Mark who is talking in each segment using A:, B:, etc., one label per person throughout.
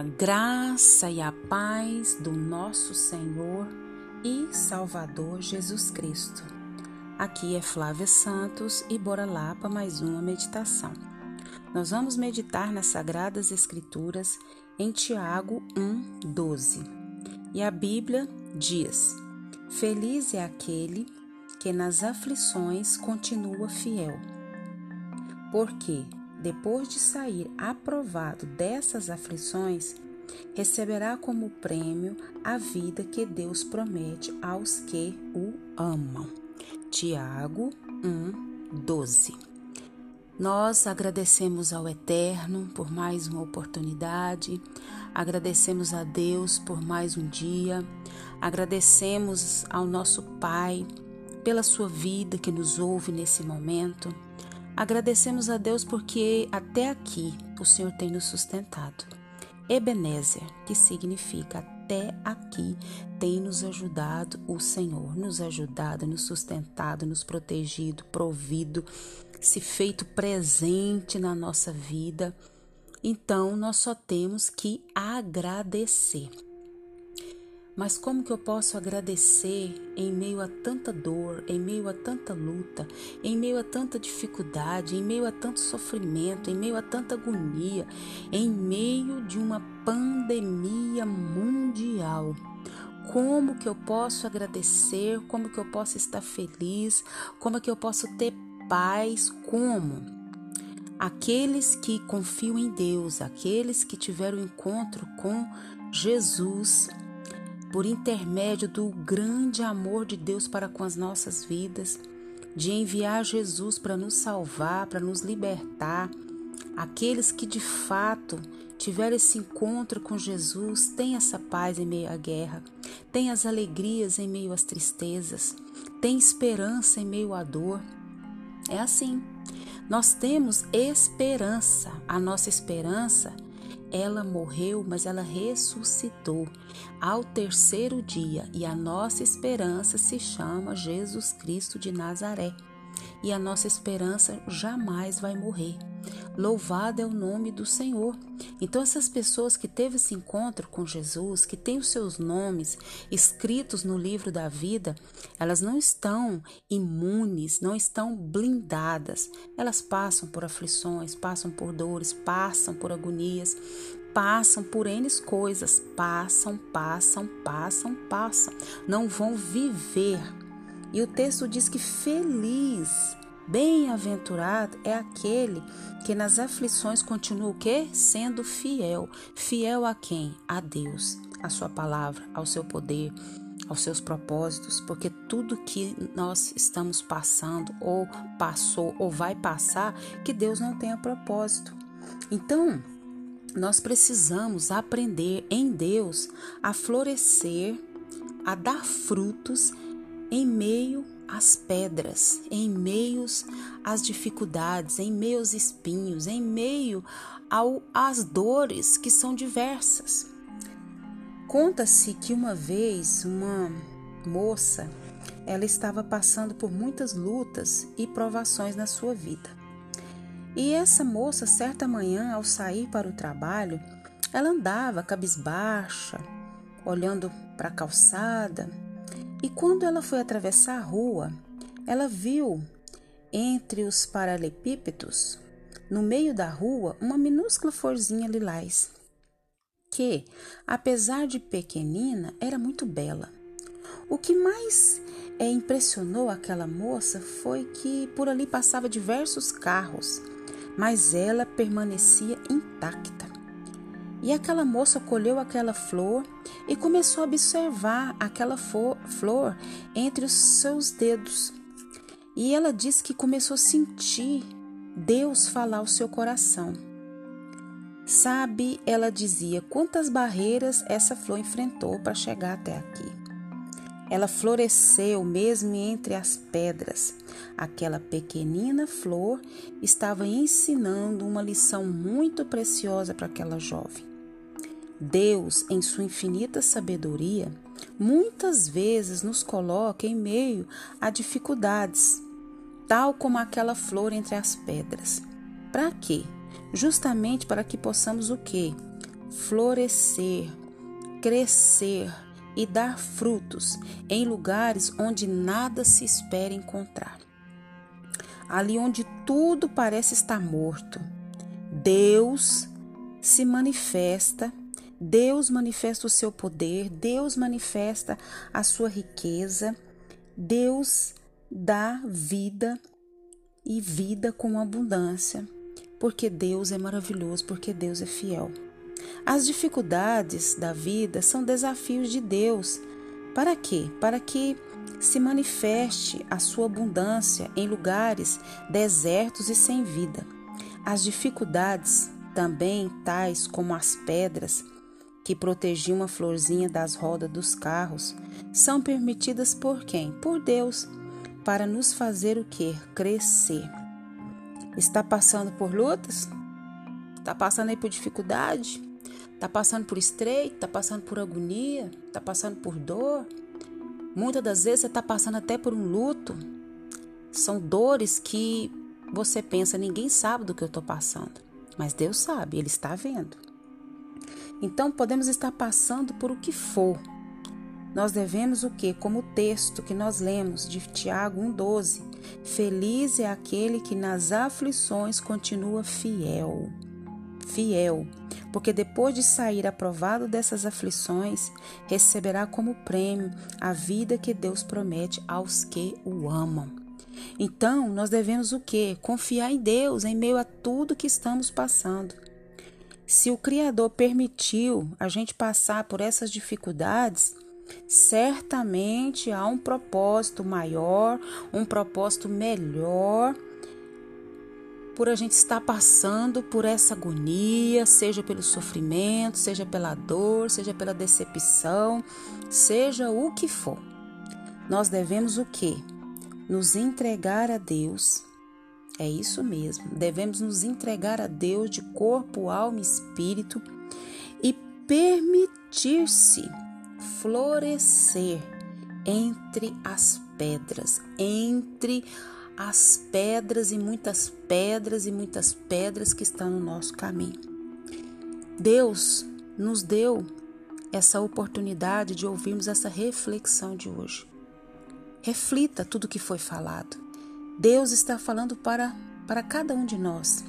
A: A graça e a paz do nosso Senhor e Salvador Jesus Cristo. Aqui é Flávia Santos e bora lá para mais uma meditação. Nós vamos meditar nas Sagradas Escrituras em Tiago 1:12. E a Bíblia diz: Feliz é aquele que nas aflições continua fiel, porque depois de sair aprovado dessas aflições, receberá como prêmio a vida que Deus promete aos que o amam. Tiago 1:12. Nós agradecemos ao Eterno por mais uma oportunidade, agradecemos a Deus por mais um dia, agradecemos ao nosso Pai pela sua vida que nos ouve nesse momento. Agradecemos a Deus porque até aqui o Senhor tem nos sustentado. Ebenezer, que significa até aqui tem nos ajudado o Senhor, nos ajudado, nos sustentado, nos protegido, provido, se feito presente na nossa vida. Então nós só temos que agradecer. Mas como que eu posso agradecer em meio a tanta dor, em meio a tanta luta, em meio a tanta dificuldade, em meio a tanto sofrimento, em meio a tanta agonia, em meio de uma pandemia mundial? Como que eu posso agradecer? Como que eu posso estar feliz? Como que eu posso ter paz? Como? Aqueles que confiam em Deus, aqueles que tiveram encontro com Jesus, por intermédio do grande amor de Deus para com as nossas vidas, de enviar Jesus para nos salvar, para nos libertar. Aqueles que de fato tiveram esse encontro com Jesus têm essa paz em meio à guerra, têm as alegrias em meio às tristezas, têm esperança em meio à dor. É assim, nós temos esperança. A nossa esperança, ela morreu, mas ela ressuscitou ao terceiro dia, e a nossa esperança se chama Jesus Cristo de Nazaré. E a nossa esperança jamais vai morrer. Louvado é o nome do Senhor. Então essas pessoas que teve esse encontro com Jesus, que têm os seus nomes escritos no livro da vida, elas não estão imunes, não estão blindadas. Elas passam por aflições, passam por dores, passam por agonias, passam por N coisas, passam. Não vão viver. E o texto diz que feliz, bem-aventurado é aquele que nas aflições continua o quê? Sendo fiel. Fiel a quem? A Deus, a sua palavra, ao seu poder, aos seus propósitos, porque tudo que nós estamos passando, ou passou, ou vai passar, que Deus não tenha propósito. Então, nós precisamos aprender em Deus a florescer, a dar frutos em meio às pedras, em meio às dificuldades, em meio aos espinhos, em meio às dores que são diversas. Conta-se que uma vez uma moça, ela estava passando por muitas lutas e provações na sua vida. E essa moça, certa manhã, ao sair para o trabalho, ela andava cabisbaixa, olhando para a calçada. E quando ela foi atravessar a rua, ela viu entre os paralelepípedos, no meio da rua, uma minúscula florzinha lilás, que, apesar de pequenina, era muito bela. O que mais impressionou aquela moça foi que por ali passava diversos carros, mas ela permanecia intacta. E aquela moça colheu aquela flor e começou a observar aquela flor entre os seus dedos. E ela disse que começou a sentir Deus falar ao seu coração. Sabe, ela dizia, quantas barreiras essa flor enfrentou para chegar até aqui. Ela floresceu mesmo entre as pedras. Aquela pequenina flor estava ensinando uma lição muito preciosa para aquela jovem. Deus, em sua infinita sabedoria, muitas vezes nos coloca em meio a dificuldades, tal como aquela flor entre as pedras. Para quê? Justamente para que possamos o quê? florescer, crescer e dar frutos em lugares onde nada se espera encontrar. Ali onde tudo parece estar morto, Deus se manifesta, Deus manifesta o seu poder, Deus manifesta a sua riqueza, Deus dá vida e vida com abundância, porque Deus é maravilhoso, porque Deus é fiel. As dificuldades da vida são desafios de Deus. Para quê? Para que se manifeste a sua abundância em lugares desertos e sem vida. As dificuldades, também tais como as pedras que protegiam uma florzinha das rodas dos carros, são permitidas por quem? Por Deus, para nos fazer o quê? Crescer. Está passando por lutas? Está passando aí por dificuldade? Está passando por estreito? Está passando por agonia? Está passando por dor? Muitas das vezes você está passando até por um luto. São dores que você pensa, ninguém sabe do que eu estou passando. Mas Deus sabe, Ele está vendo. Então podemos estar passando por o que for. Nós devemos o quê? Como o texto que nós lemos de Tiago 1,12. Feliz é aquele que nas aflições continua fiel. Fiel, porque depois de sair aprovado dessas aflições, receberá como prêmio a vida que Deus promete aos que o amam. Então, nós devemos o quê? Confiar em Deus em meio a tudo que estamos passando. Se o Criador permitiu a gente passar por essas dificuldades, certamente há um propósito maior, um propósito melhor, por a gente estar passando por essa agonia, seja pelo sofrimento, seja pela dor, seja pela decepção, seja o que for. Nós devemos o quê? Nos entregar a Deus. É isso mesmo, devemos nos entregar a Deus de corpo, alma e espírito e permitir-se florescer entre as pedras, e muitas pedras que estão no nosso caminho. Deus nos deu essa oportunidade de ouvirmos essa reflexão de hoje. Reflita tudo que foi falado. Deus está falando para cada um de nós.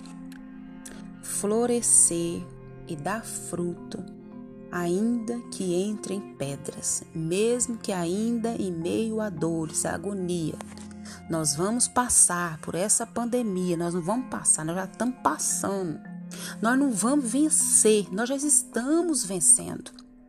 A: Florescer e dar fruto, ainda que entre em pedras, mesmo que ainda em meio a dores, a agonia. Nós vamos passar por essa pandemia, nós não vamos passar, nós já estamos passando. Nós não vamos vencer, nós já estamos vencendo.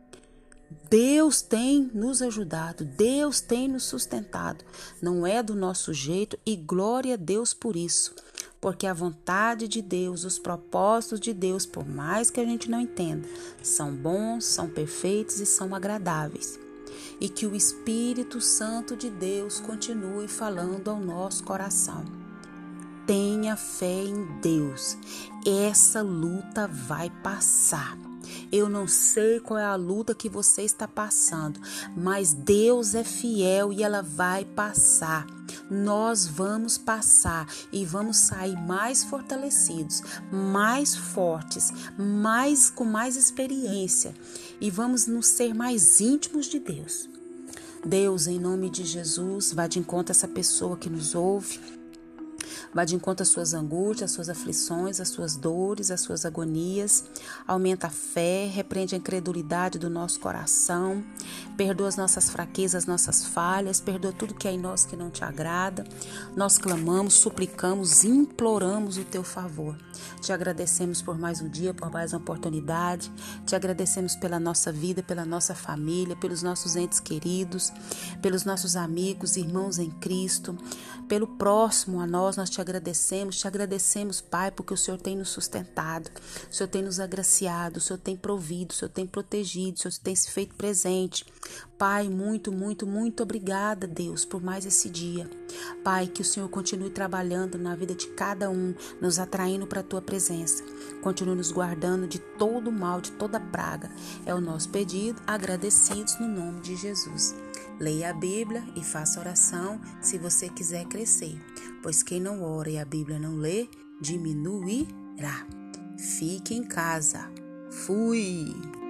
A: Deus tem nos ajudado, Deus tem nos sustentado. Não é do nosso jeito e glória a Deus por isso. Porque a vontade de Deus, os propósitos de Deus, por mais que a gente não entenda, são bons, são perfeitos e são agradáveis. E que o Espírito Santo de Deus continue falando ao nosso coração. Tenha fé em Deus. Essa luta vai passar. Eu não sei qual é a luta que você está passando, mas Deus é fiel e ela vai passar. Nós vamos passar e vamos sair mais fortalecidos, mais fortes, com mais experiência e vamos nos ser mais íntimos de Deus. Deus, em nome de Jesus, vá de encontro a essa pessoa que nos ouve. Vá de encontro às suas angústias, às suas aflições, às suas dores, às suas agonias. Aumenta a fé, repreende a incredulidade do nosso coração. Perdoa as nossas fraquezas, as nossas falhas. Perdoa tudo que é em nós que não te agrada. Nós clamamos, suplicamos, imploramos o teu favor. Te agradecemos por mais um dia, por mais uma oportunidade. Te agradecemos pela nossa vida, pela nossa família, pelos nossos entes queridos, pelos nossos amigos, irmãos em Cristo, pelo próximo a nós te agradecemos, Pai, porque o Senhor tem nos sustentado, o Senhor tem nos agraciado, o Senhor tem provido, o Senhor tem protegido, o Senhor tem se feito presente. Pai, muito, muito, muito obrigada, Deus, por mais esse dia. Pai, que o Senhor continue trabalhando na vida de cada um, nos atraindo para a Tua presença. Continue nos guardando de todo mal, de toda praga. É o nosso pedido, agradecidos no nome de Jesus. Leia a Bíblia e faça oração se você quiser crescer, pois quem não ora e a Bíblia não lê, diminuirá. Fique em casa, Fui!